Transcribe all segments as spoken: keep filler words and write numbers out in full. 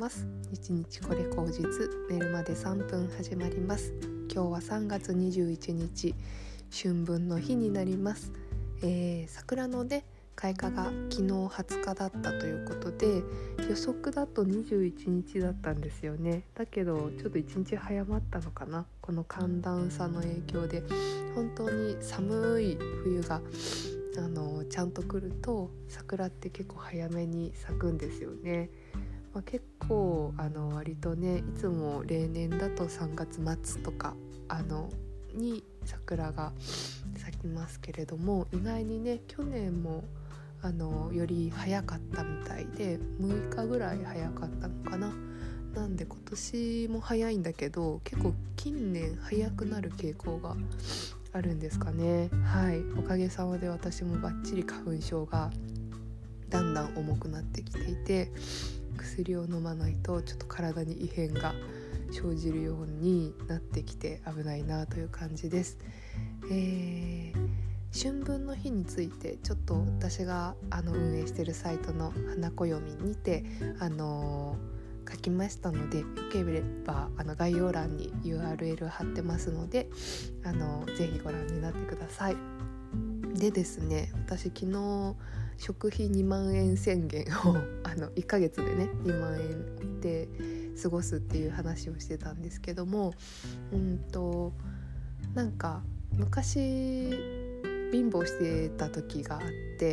ます。一日これ口実、寝るまでさんぷん始まります。今日はさんがつにじゅういちにち、春分の日になります。えー、桜のね開花が昨日はつかだったということで、予測だとにじゅういちにちだったんですよね。だけどちょっといちにち早まったのかな。この寒暖差の影響で本当に寒い冬があのちゃんと来ると桜って結構早めに咲くんですよね。まあ、結構あの割とねいつも例年だとさんがつまつとかあのに桜が咲きますけれども、意外にね去年もあのより早かったみたいでむいかぐらい早かったのかな。なんで今年も早いんだけど結構近年早くなる傾向があるんですかね。はい、おかげさまで私もバッチリ花粉症がだんだん重くなってきていて、薬を飲まないとちょっと体に異変が生じるようになってきて危ないなという感じです。えー、春分の日についてちょっと私があの運営しているサイトの花暦にてあのー書きましたので、よければあの概要欄に ユーアールエル 貼ってますのであのぜひご覧になってください。でですね、私昨日食費にまんえん宣言をあのいっかげつでねにまんえんで過ごすっていう話をしてたんですけども、うんとなんか昔貧乏してた時があって、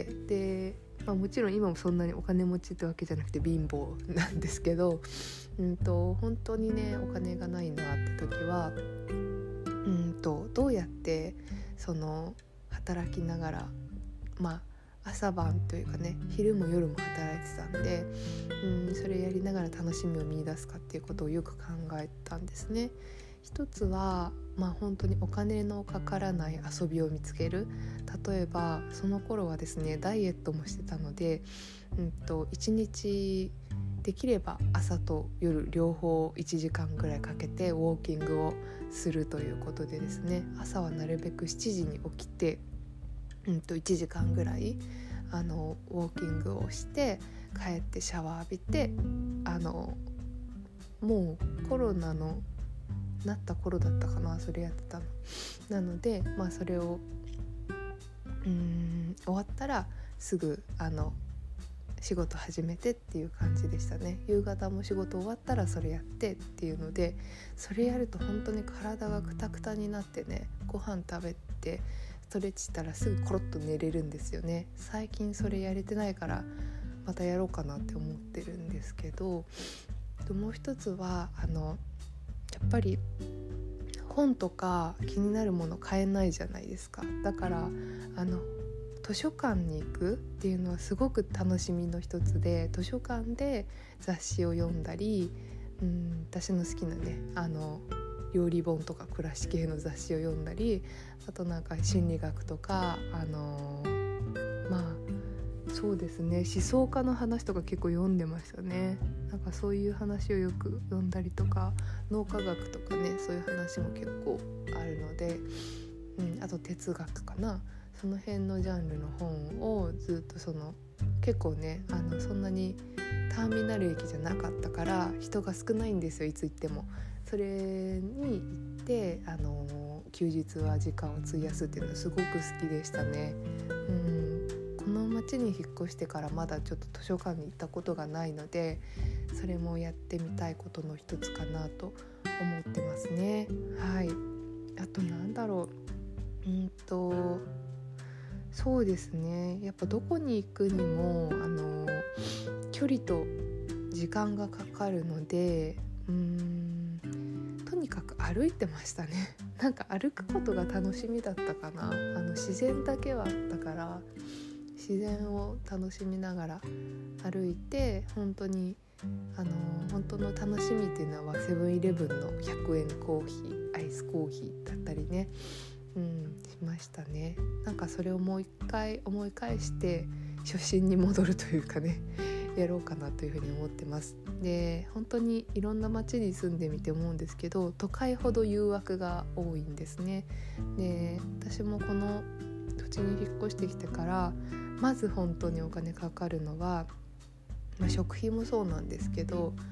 でまあ、もちろん今もそんなにお金持ちってわけじゃなくて貧乏なんですけど、うんと本当にねお金がないなって時は、うんとどうやってその働きながら、まあ朝晩というかね昼も夜も働いてたんで、うんそれやりながら楽しみを見出すかっていうことをよく考えたんですね。一つは、まあ、本当にお金のかからない遊びを見つける。例えばその頃はですねダイエットもしてたので、うんといちにちできれば朝と夜両方いちじかんぐらいかけてウォーキングをするということでですね、朝はなるべくしちじに起きて、うんといちじかんぐらいあのウォーキングをして帰ってシャワー浴びて、あのもうコロナのなった頃だったかな、それやってたの。なのでまあそれをうーん終わったらすぐあの仕事始めてっていう感じでしたね。夕方も仕事終わったらそれやってっていうので、それやると本当に体がクタクタになってね、ご飯食べてストレッチしたらすぐコロッと寝れるんですよね。最近それやれてないからまたやろうかなって思ってるんですけど、もう一つはあのやっぱり本とか気になるもの買えないじゃないですか。だからあの図書館に行くっていうのはすごく楽しみの一つで、図書館で雑誌を読んだり、うん、私の好きなねあの料理本とか暮らし系の雑誌を読んだり、あとなんか心理学とかあのまあそうですね思想家の話とか結構読んでましたね。なんかそういう話をよく読んだりとか、脳科学とかねそういう話も結構あるので、うん、あと哲学かな、その辺のジャンルの本をずっとその結構ねあのそんなにターミナル駅じゃなかったから人が少ないんですよ、いつ行っても。それに行ってあの休日は時間を費やすっていうのはすごく好きでしたね。うんこの町に引っ越してからまだちょっと図書館に行ったことがないので、それもやってみたいことの一つかなと思ってますね。はい。あとなんだろう、うんとそうですね、やっぱどこに行くにもあの距離と時間がかかるので、うーんとにかく歩いてましたね。なんか歩くことが楽しみだったかな。あの自然だけはあったから自然を楽しみながら歩いて、本当にあの本当の楽しみっていうのはセブンイレブンのひゃくえんコーヒー、アイスコーヒーだったりね、うん、しましたね。なんかそれをもう一回思い返して初心に戻るというかねやろうかなというふうに思ってます。で本当にいろんな街に住んでみて思うんですけど、都会ほど誘惑が多いんですね。で私もこの土地に引っ越してきてからまず本当にお金かかるのは、まあ、食費もそうなんですけど、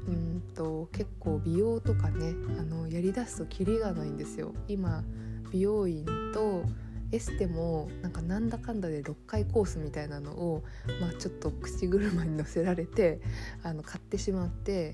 うんと結構美容とかねあのやりだすとキリがないんですよ。今美容院とエステもなんかなんだかんだでろっかいコースみたいなのを、まあ、ちょっと口車に乗せられてあの買ってしまって、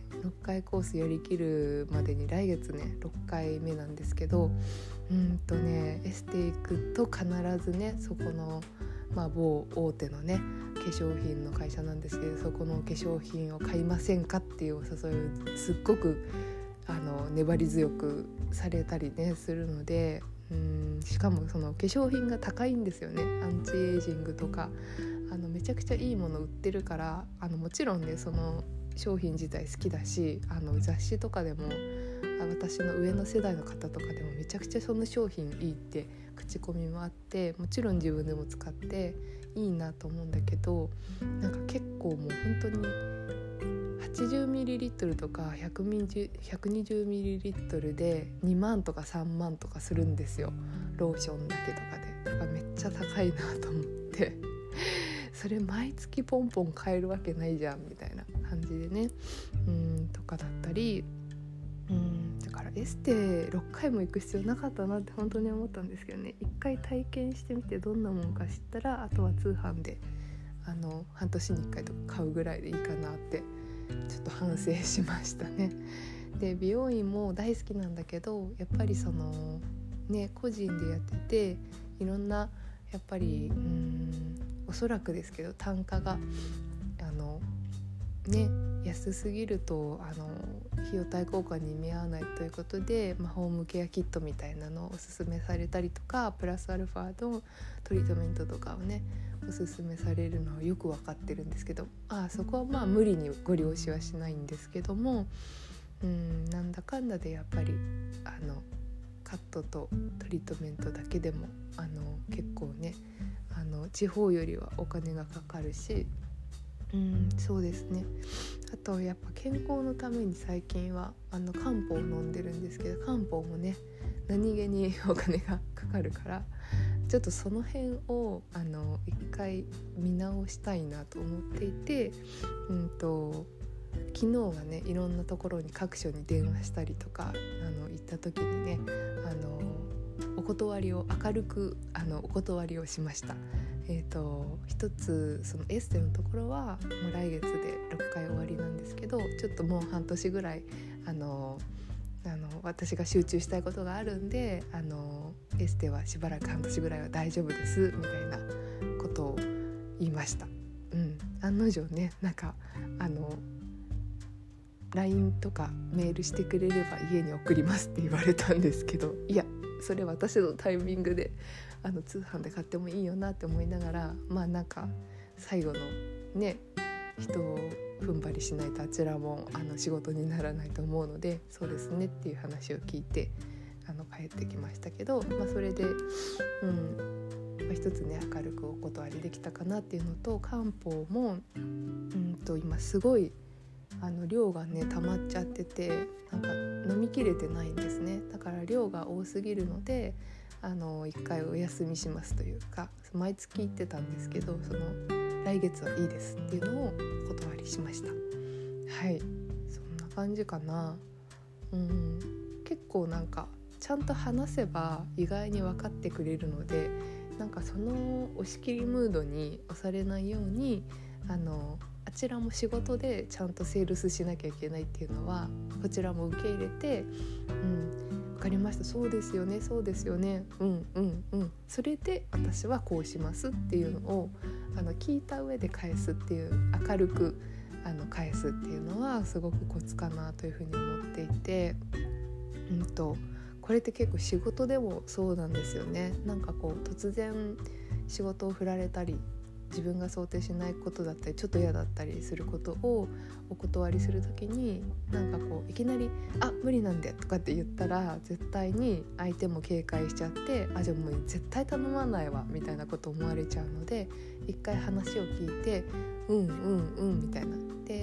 ろっかいコースやりきるまでに来月ねろっかいめなんですけど、うんとねエステ行くと必ずねそこの、まあ、某大手のね化粧品の会社なんですけど、そこの化粧品を買いませんかっていうお誘いをすっごくあの粘り強くされたりねするので、うんしかもその化粧品が高いんですよね。アンチエイジングとかあのめちゃくちゃいいもの売ってるから、あのもちろんねその商品自体好きだし、あの雑誌とかでも私の上の世代の方とかでもめちゃくちゃその商品いいって口コミもあって、もちろん自分でも使っていいなと思うんだけど、なんか結構もう本当に はちじゅうミリリットル とか ひゃくにじゅうミリリットル でにまんとかさんまんとかするんですよ、ローションだけとかで。だからめっちゃ高いなと思ってそれ毎月ポンポン買えるわけないじゃんみたいな感じでね、うんとかだったり、うんだからエステろっかいも行く必要なかったなって本当に思ったんですけどね、いっかい体験してみてどんなもんか知ったら、あとは通販であの半年にいっかいとか買うぐらいでいいかなってちょっと反省しましたね。で美容院も大好きなんだけど、やっぱりそのね個人でやってていろんなやっぱりうーんおそらくですけど単価があのね安すぎるとあの費用対効果に見合わないということで、まあ、ホームケアキットみたいなのをおすすめされたりとか、プラスアルファのトリートメントとかをねおすすめされるのはよく分かってるんですけど、あそこはまあ無理にご利用しはしないんですけども、うんなんだかんだでやっぱりあのカットとトリートメントだけでもあの結構ねあの地方よりはお金がかかるし、うんそうですね。あとやっぱ健康のために最近はあの漢方を飲んでるんですけど、漢方もね何気にお金がかかるから、ちょっとその辺をあの一回見直したいなと思っていて、うんと昨日はねいろんなところに各所に電話したりとかあの行った時にねあのお断りを明るくあのお断りをしました。えーと一つそのエステのところはもう来月でろっかい終わりなんですけど、ちょっともう半年ぐらいあのあの私が集中したいことがあるんで、あのエステはしばらく半年ぐらいは大丈夫ですみたいなことを言いました。うん、案の定ねなんかあの ライン とかメールしてくれれば家に送りますって言われたんですけど、いやそれ私のタイミングであの通販で買ってもいいよなって思いながら、まあなんか最後のね人を踏ん張りしないとあちらもあの仕事にならないと思うので、そうですねっていう話を聞いてあの帰ってきましたけど、まあ、それで、うんまあ、一つね明るくお断りできたかなっていうのと、漢方もうんと今すごいあの量がね溜まっちゃっててなんか飲みきれてないんですね。だから量が多すぎるのであの一回お休みしますというか、毎月言ってたんですけどその来月はいいですっていうのをお断りしました。はいそんな感じかな。うん結構なんかちゃんと話せば意外に分かってくれるので、なんかその押し切りムードに押されないようにあのあちらも仕事でちゃんとセールスしなきゃいけないっていうのはこちらも受け入れて、うん分かりましたそうですよねそうですよねうんうんうんそれで私はこうしますっていうのをあの聞いた上で返すっていう、明るくあの返すっていうのはすごくコツかなというふうに思っていて、うんとこれって結構仕事でもそうなんですよね。なんかこう突然仕事を振られたり自分が想定しないことだったりちょっと嫌だったりすることをお断りするときになんかこういきなりあ無理なんでとかって言ったら絶対に相手も警戒しちゃってあじゃあもう絶対頼まないわみたいなこと思われちゃうので、一回話を聞いてうんうんうんみたいなで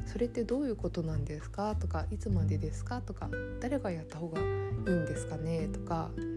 それってどういうことなんですかとか、いつまでですかとか、誰がやった方がいいんですかねとか、うん、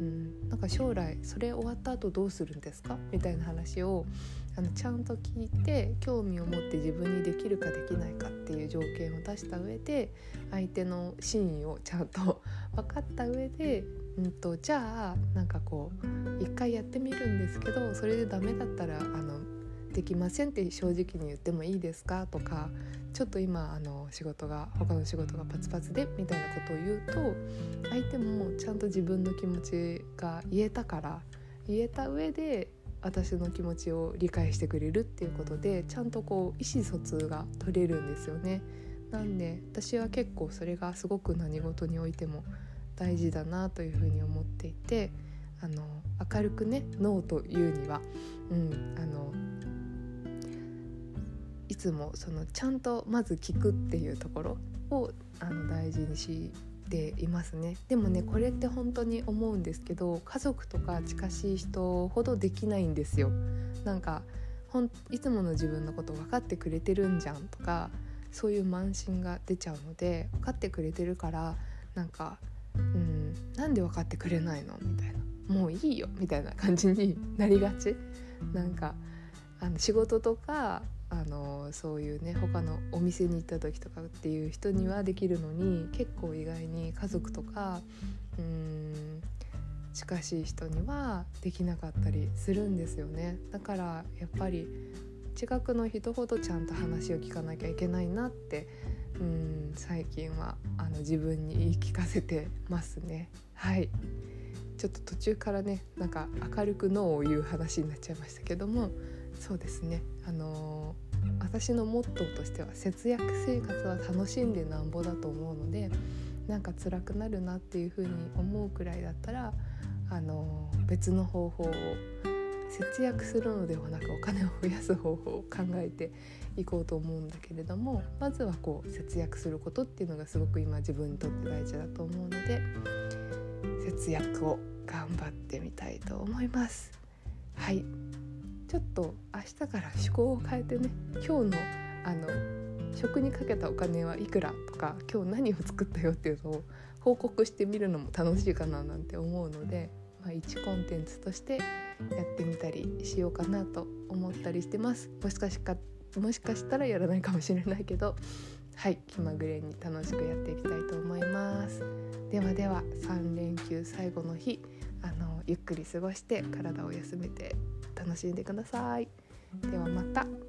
なんか将来それ終わった後どうするんですかみたいな話をあのちゃんと聞いて、興味を持って自分にできるかできないかっていう条件を出した上で、相手の真意をちゃんと分かった上で、うんと、じゃあなんかこう一回やってみるんですけど、それでダメだったらあのできませんって正直に言ってもいいですかとか、ちょっと今あの仕事が他の仕事がパツパツでみたいなことを言うと、相手もちゃんと自分の気持ちが言えたから言えた上で私の気持ちを理解してくれるっていうことで、ちゃんとこう意思疎通が取れるんですよね。なんで私は結構それがすごく何事においても大事だなというふうに思っていて、あの明るくねノーというには、うん、あのいつもそのちゃんとまず聞くっていうところをあの大事にしていますね。でもね、これって本当に思うんですけど、家族とか近しい人ほどできないんですよ。なんかほんいつもの自分のこと分かってくれてるんじゃんとか、そういう慢心が出ちゃうので、分かってくれてるからなんか、うん、なんで分かってくれないのみたいな、もういいよみたいな感じになりがち。なんかあの仕事とかあのそういうね他のお店に行った時とかっていう人にはできるのに、結構意外に家族とかうーん近しい人にはできなかったりするんですよね。だからやっぱり近くの人ほどちゃんと話を聞かなきゃいけないなって、うーん最近はあの自分に言い聞かせてますね。はい、ちょっと途中からねなんか明るくノーを言う話になっちゃいましたけども、そうですね、あのー、私のモットーとしては節約生活は楽しんでなんぼだと思うので、なんか辛くなるなっていう風に思うくらいだったら、あのー、別の方法を、節約するのではなくお金を増やす方法を考えていこうと思うんだけれども、まずはこう節約することっていうのがすごく今自分にとって大事だと思うので、節約を頑張ってみたいと思います。はい、ちょっと明日から趣向を変えてね、今日のあの食にかけたお金はいくらとか、今日何を作ったよっていうのを報告してみるのも楽しいかななんて思うので、まあ、一コンテンツとしてやってみたりしようかなと思ったりしてます。もしかしかもしかしたらやらないかもしれないけど、はい、気まぐれに楽しくやっていきたいと思います。ではではさん連休最後の日、あのゆっくり過ごして体を休めて楽しんでください。ではまた。